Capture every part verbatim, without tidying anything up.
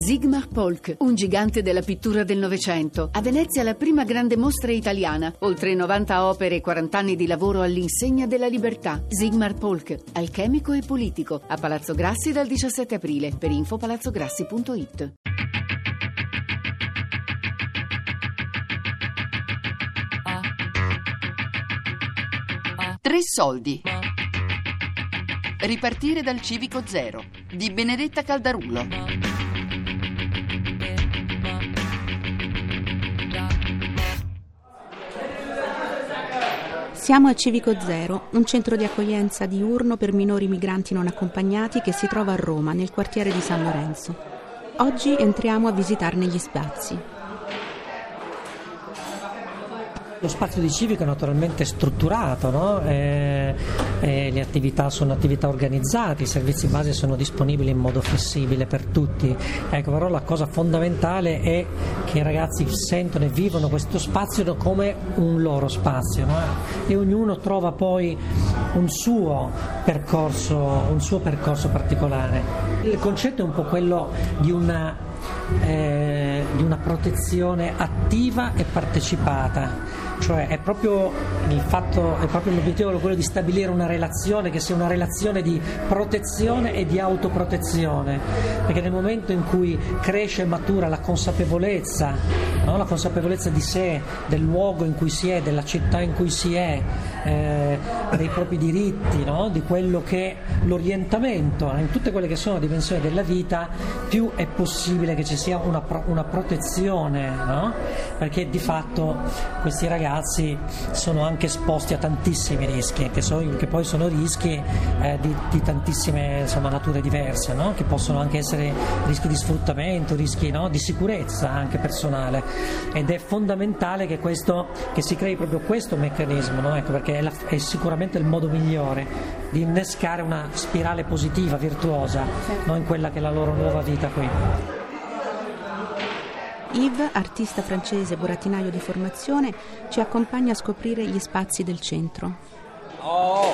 Sigmar Polk, un gigante della pittura del Novecento. A Venezia la prima grande mostra italiana. Oltre novanta opere e quaranta anni di lavoro all'insegna della libertà. Sigmar Polk, alchemico e politico. A Palazzo Grassi dal diciassette aprile. Per info palazzograssi punto it. Tre soldi. Ripartire dal civico zero di Benedetta Caldarulo. Siamo a Civico Zero, un centro di accoglienza diurno per minori migranti non accompagnati che si trova a Roma, nel quartiere di San Lorenzo. Oggi entriamo a visitarne gli spazi. Lo spazio di civico è naturalmente strutturato, no? e, e le attività sono attività organizzate, i servizi base sono disponibili in modo flessibile per tutti. Ecco, però la cosa fondamentale è che i ragazzi sentono e vivono questo spazio come un loro spazio, no? E ognuno trova poi un suo percorso, un suo percorso particolare. Il concetto è un po' quello di una, eh, di una protezione attiva e partecipata. Cioè è proprio il fatto, è proprio l'obiettivo quello di stabilire una relazione che sia una relazione di protezione e di autoprotezione, perché nel momento in cui cresce e matura la consapevolezza, no? La consapevolezza di sé, del luogo in cui si è, della città in cui si è, eh, dei propri diritti, no? Di quello che è l'orientamento in tutte quelle che sono le dimensioni della vita, più è possibile che ci sia una, pro- una protezione, no? Perché di fatto questi ragazzi sono anche esposti a tantissimi rischi, che, so, che poi sono rischi eh, di, di tantissime insomma, nature diverse, no? Che possono anche essere rischi di sfruttamento, rischi, no? Di sicurezza anche personale, ed è fondamentale che, questo, che si crei proprio questo meccanismo, no? Ecco, perché è, la, è sicuramente il modo migliore di innescare una spirale positiva, virtuosa, no? In quella che è la loro nuova vita qui. Yves, artista francese burattinaio di formazione, ci accompagna a scoprire gli spazi del centro. Oh.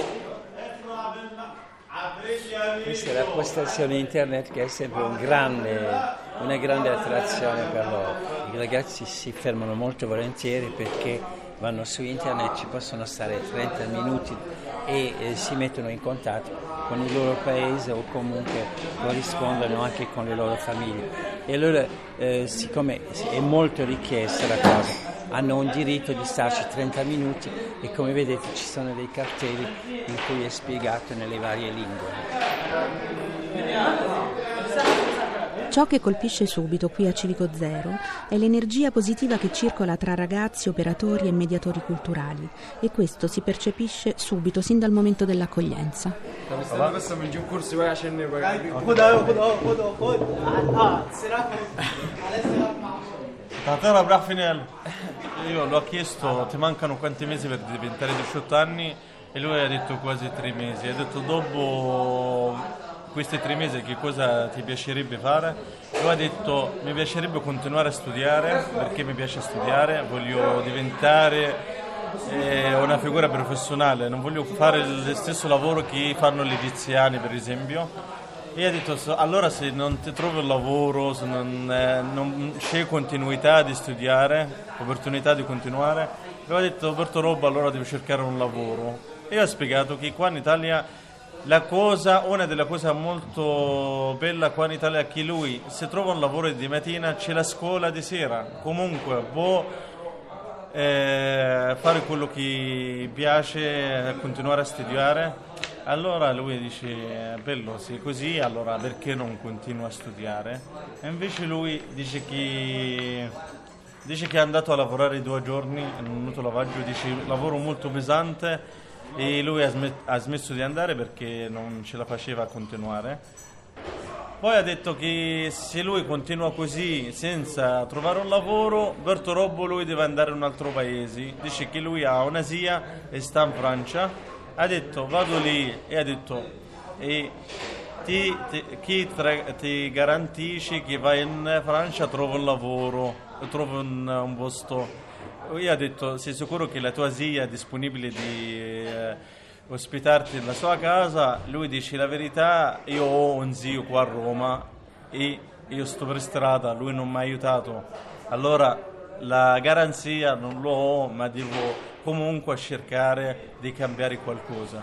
Questa è la postazione internet che è sempre un grande, una grande attrazione per loro. I ragazzi si fermano molto volentieri perché vanno su internet, ci possono stare trenta minuti e eh, si mettono in contatto con il loro paese o comunque corrispondono anche con le loro famiglie. E allora, eh, siccome è molto richiesta la cosa, hanno un diritto di starci trenta minuti e come vedete ci sono dei cartelli in cui è spiegato nelle varie lingue. Ciò che colpisce subito qui a Civico Zero è l'energia positiva che circola tra ragazzi, operatori e mediatori culturali, e questo si percepisce subito, sin dal momento dell'accoglienza. Io l'ho chiesto, ti mancano quanti mesi per diventare diciotto anni? E lui ha detto quasi tre mesi. Ha detto dopo questi tre mesi che cosa ti piacerebbe fare? Lui ha detto mi piacerebbe continuare a studiare perché mi piace studiare, voglio diventare eh, una figura professionale, non voglio fare lo stesso lavoro che fanno gli egiziani per esempio. E ha detto allora se non ti trovi un lavoro, se non, eh, non c'è continuità di studiare, opportunità di continuare, lui ha detto per tua roba allora devi cercare un lavoro. E io ho spiegato che qua in Italia la cosa, una delle cose molto bella qua in Italia è che lui se trova un lavoro di mattina c'è la scuola di sera, comunque può eh, fare quello che piace, continuare a studiare. Allora lui dice bello, se è così allora perché non continua a studiare? E invece lui dice che dice che è andato a lavorare due giorni in un lavaggio, dice lavoro molto pesante, e lui ha, smet- ha smesso di andare perché non ce la faceva a continuare. Poi ha detto che se lui continua così senza trovare un lavoro, per troppo lui deve andare in un altro paese. Dice che lui ha una zia e sta in Francia. Ha detto vado lì e ha detto e ti, ti, chi tra, ti garantisce che vai in Francia trovi un lavoro, trovi un, un posto. Io ho detto sei sicuro che la tua zia è disponibile di eh, ospitarti nella sua casa? Lui dice la verità, io ho un zio qua a Roma e io sto per strada, lui non mi ha aiutato, allora la garanzia non lo ho, ma devo comunque cercare di cambiare qualcosa.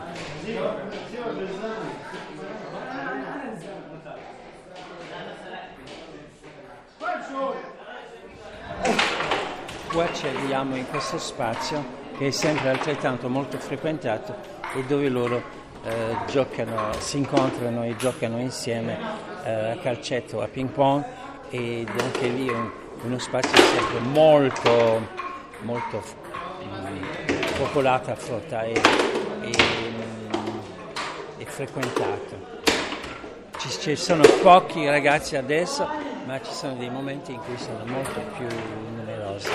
Qua ci arriviamo in questo spazio che è sempre altrettanto molto frequentato e dove loro eh, giocano, si incontrano e giocano insieme eh, a calcetto, a ping pong, ed anche lì è un, uno spazio sempre molto molto mh, popolato, affronta e, e, e frequentato. Ci, ci sono pochi ragazzi adesso, ma ci sono dei momenti in cui sono molto più numerosi.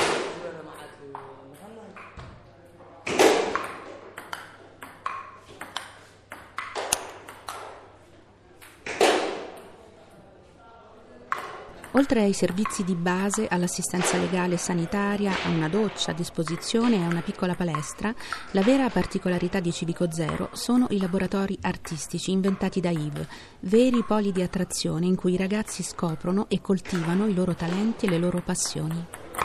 Oltre ai servizi di base, all'assistenza legale e sanitaria, a una doccia a disposizione e a una piccola palestra, la vera particolarità di Civico Zero sono i laboratori artistici inventati da Yves, veri poli di attrazione in cui i ragazzi scoprono e coltivano i loro talenti e le loro passioni.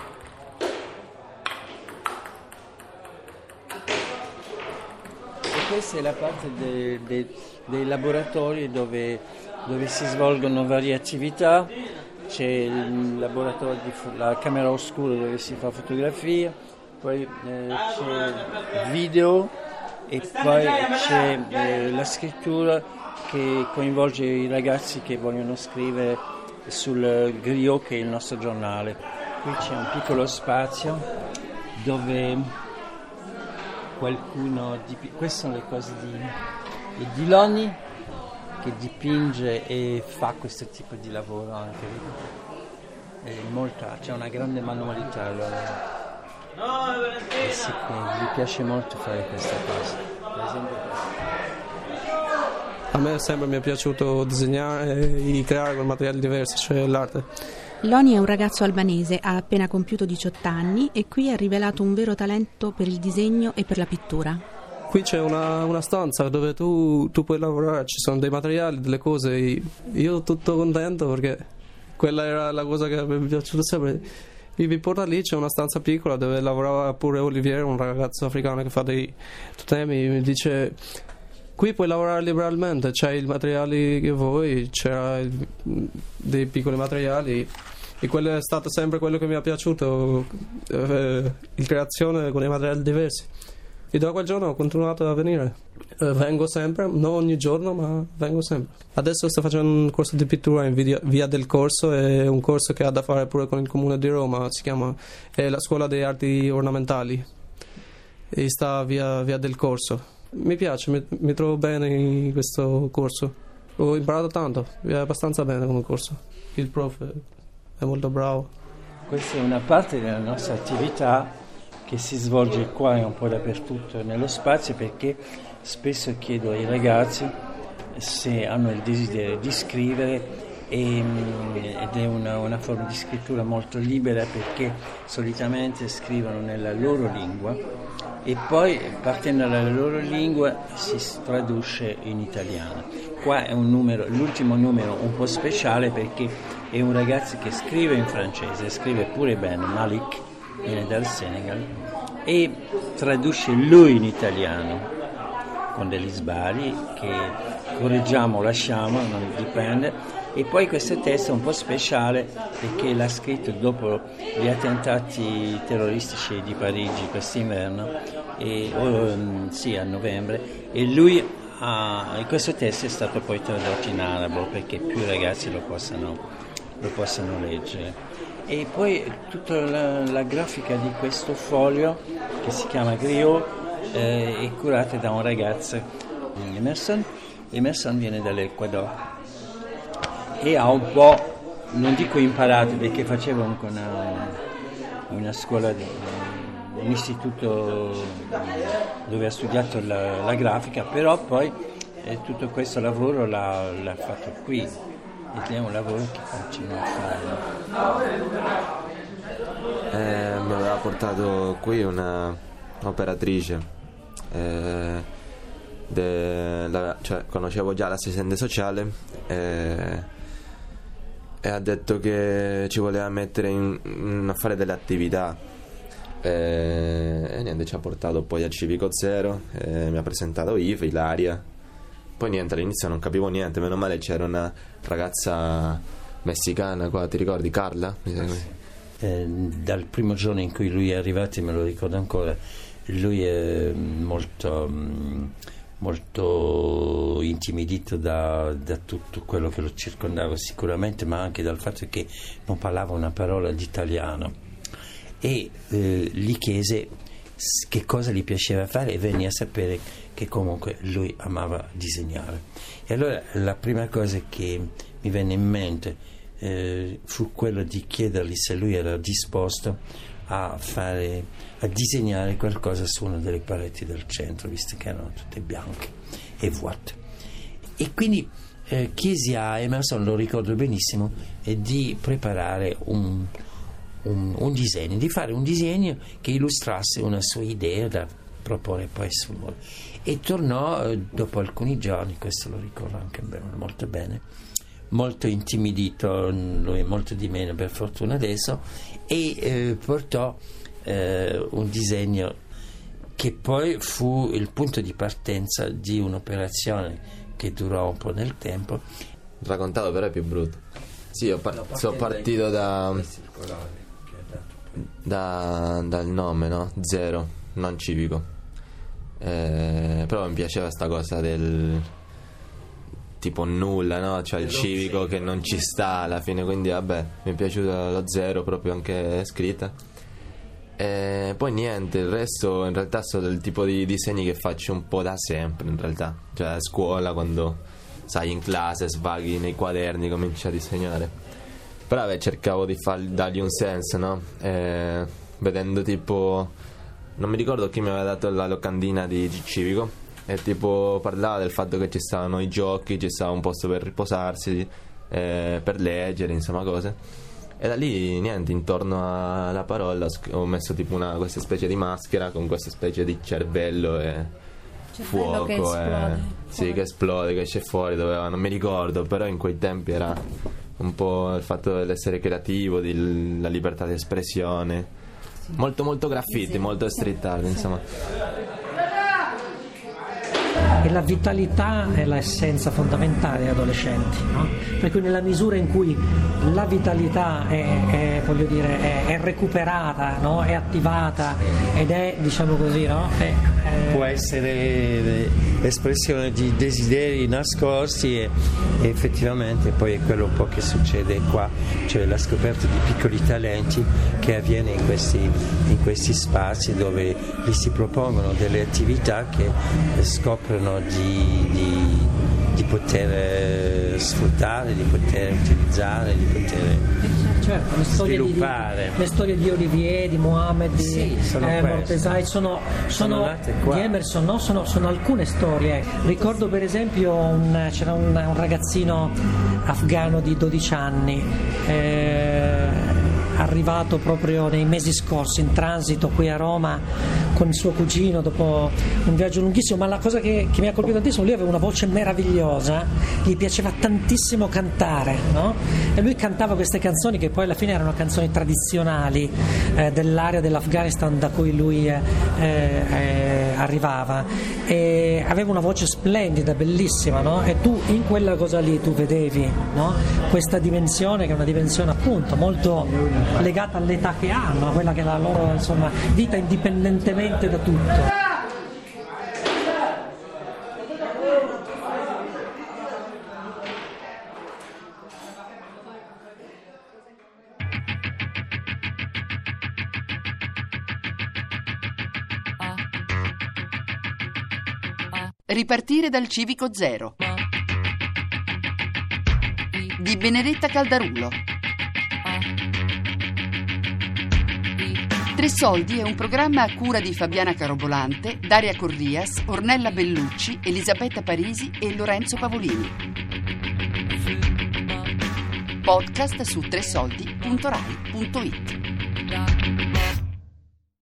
E questa è la parte de, de, dei laboratori dove, dove si svolgono varie attività. C'è il laboratorio, di, la camera oscura dove si fa fotografia, poi eh, c'è video e poi c'è eh, la scrittura che coinvolge i ragazzi che vogliono scrivere sul Griot, che è il nostro giornale. Qui c'è un piccolo spazio dove qualcuno dipinge, queste sono le cose di, di Diloni, che dipinge e fa questo tipo di lavoro anche. È molto, c'è una grande manualità allora. E sì, gli piace molto fare questa cosa. Per esempio, a me sempre mi è piaciuto disegnare e creare con materiali diversi, cioè l'arte. Loni è un ragazzo albanese, ha appena compiuto diciotto anni e qui ha rivelato un vero talento per il disegno e per la pittura. Qui c'è una, una stanza dove tu, tu puoi lavorare, ci sono dei materiali, delle cose. Io tutto contento perché quella era la cosa che mi è piaciuta sempre. Mi porta lì, c'è una stanza piccola dove lavorava pure Olivier, un ragazzo africano che fa dei temi. Mi dice: qui puoi lavorare liberalmente, c'hai i materiali che vuoi, c'era il, dei piccoli materiali. E quello è stato sempre quello che mi è piaciuto, eh, la creazione con i materiali diversi. E da quel giorno ho continuato a venire. Eh, vengo sempre, non ogni giorno, ma vengo sempre. Adesso sto facendo un corso di pittura in via, via del Corso, è un corso che ha da fare pure con il comune di Roma, si chiama è la scuola di arti ornamentali e sta via, via del Corso. Mi piace, mi, mi trovo bene in questo corso. Ho imparato tanto, è abbastanza bene come corso. Il prof è molto bravo. Questa è una parte della nostra attività che si svolge qua e un po' dappertutto nello spazio, perché spesso chiedo ai ragazzi se hanno il desiderio di scrivere e, ed è una, una forma di scrittura molto libera, perché solitamente scrivono nella loro lingua e poi partendo dalla loro lingua si traduce in italiano. Qua è un numero, l'ultimo numero un po' speciale perché è un ragazzo che scrive in francese, scrive pure bene, Malik, viene dal Senegal, e traduce lui in italiano con degli sbagli che correggiamo o lasciamo, non dipende. E poi questo testo è un po' speciale perché l'ha scritto dopo gli attentati terroristici di Parigi quest'inverno, e, oh, sì, a novembre, e lui ha, e questo testo è stato poi tradotto in arabo perché più ragazzi lo possano, lo possano leggere. E poi tutta la, la grafica di questo foglio, che si chiama Griot, eh, è curata da un ragazzo, Emerson. Emerson viene dall'Ecuador e ha un po', non dico imparato perché faceva una, una scuola, di, un istituto dove ha studiato la, la grafica, però poi eh, tutto questo lavoro l'ha, l'ha fatto qui. Ed è un lavoro che continua a fare. Eh, mi aveva portato qui una operatrice, eh, de, la, cioè conoscevo già l'assistente sociale, eh, e ha detto che ci voleva mettere in, in a fare delle attività e, e niente, ci ha portato poi al Civico Zero, e mi ha presentato Yves, Ilaria. Poi niente, all'inizio non capivo niente, meno male c'era una ragazza messicana qua, ti ricordi, Carla? Eh, dal primo giorno in cui lui è arrivato, me lo ricordo ancora, lui è molto, molto intimidito da, da tutto quello che lo circondava sicuramente, ma anche dal fatto che non parlava una parola di italiano, e eh, gli chiese che cosa gli piaceva fare e venne a sapere che comunque lui amava disegnare. E allora la prima cosa che mi venne in mente eh, fu quello di chiedergli se lui era disposto a fare, a disegnare qualcosa su una delle pareti del centro, visto che erano tutte bianche e vuote. E quindi eh, chiesi a Emerson, lo ricordo benissimo, eh, di preparare un, un, un disegno, di fare un disegno che illustrasse una sua idea da proporre poi sul muro. E tornò eh, dopo alcuni giorni, questo lo ricordo anche bene, molto bene, molto intimidito, lui è molto di meno per fortuna adesso, e eh, portò eh, un disegno che poi fu il punto di partenza di un'operazione che durò un po' nel tempo. Raccontato però è più brutto. Sì, io par- sono partito da, da dal nome, no? Zero, non civico. Eh, però mi piaceva sta cosa del tipo nulla, no? Cioè il civico che non ci sta alla fine, quindi vabbè, mi è piaciuto lo zero proprio anche scritta. E poi niente, il resto in realtà sono del tipo di disegni che faccio un po' da sempre in realtà, cioè a scuola quando sai in classe svaghi nei quaderni cominci a disegnare, però vabbè cercavo di far, dargli un senso, no? E, vedendo tipo, non mi ricordo chi mi aveva dato la locandina di, di civico, e tipo parlava del fatto che ci stavano i giochi, ci stava un posto per riposarsi, eh, per leggere, insomma cose. E da lì niente, intorno alla parola ho messo tipo una questa specie di maschera con questa specie di cervello e cervello fuoco, che esplode, e, sì, che esplode, che esce fuori, doveva, non mi ricordo, però in quei tempi era un po' il fatto dell'essere creativo, di, la libertà di espressione, sì. molto molto graffiti, sì, molto street art, sì. Insomma. E la vitalità è l'essenza fondamentale degli adolescenti, no? Per cui nella misura in cui la vitalità è, è, voglio dire, è, è recuperata, no? È attivata ed è, diciamo così, no? È, è... può essere espressione di desideri nascosti e, e effettivamente poi è quello un po' che succede qua, cioè la scoperta di piccoli talenti che avviene in questi, in questi spazi dove gli si propongono delle attività che scoprono Di, di, di poter sfruttare, di poter utilizzare, di poter certo, le storie sviluppare. Di, le storie di Olivier, di Mohamed, di sì, sono eh, Mortesai, sono, sono, sono di Emerson, no? sono, sono alcune storie. Ricordo per esempio un, c'era un, un ragazzino afghano di dodici anni, eh, arrivato proprio nei mesi scorsi in transito qui a Roma con il suo cugino dopo un viaggio lunghissimo, ma la cosa che, che mi ha colpito tantissimo, lui aveva una voce meravigliosa, gli piaceva tantissimo cantare, no? E lui cantava queste canzoni che poi alla fine erano canzoni tradizionali eh, dell'area dell'Afghanistan da cui lui eh, eh, arrivava, e aveva una voce splendida, bellissima, no? E tu in quella cosa lì tu vedevi, no? Questa dimensione che è una dimensione appunto molto legata all'età che hanno, a quella che è la loro, insomma, vita indipendentemente da tutto. Ripartire dal Civico Zero di Benedetta Caldarulo. Tre Soldi è un programma a cura di Fabiana Carobolante, Daria Corrias, Ornella Bellucci, Elisabetta Parisi e Lorenzo Pavolini. Podcast su tresoldi punto rai punto it.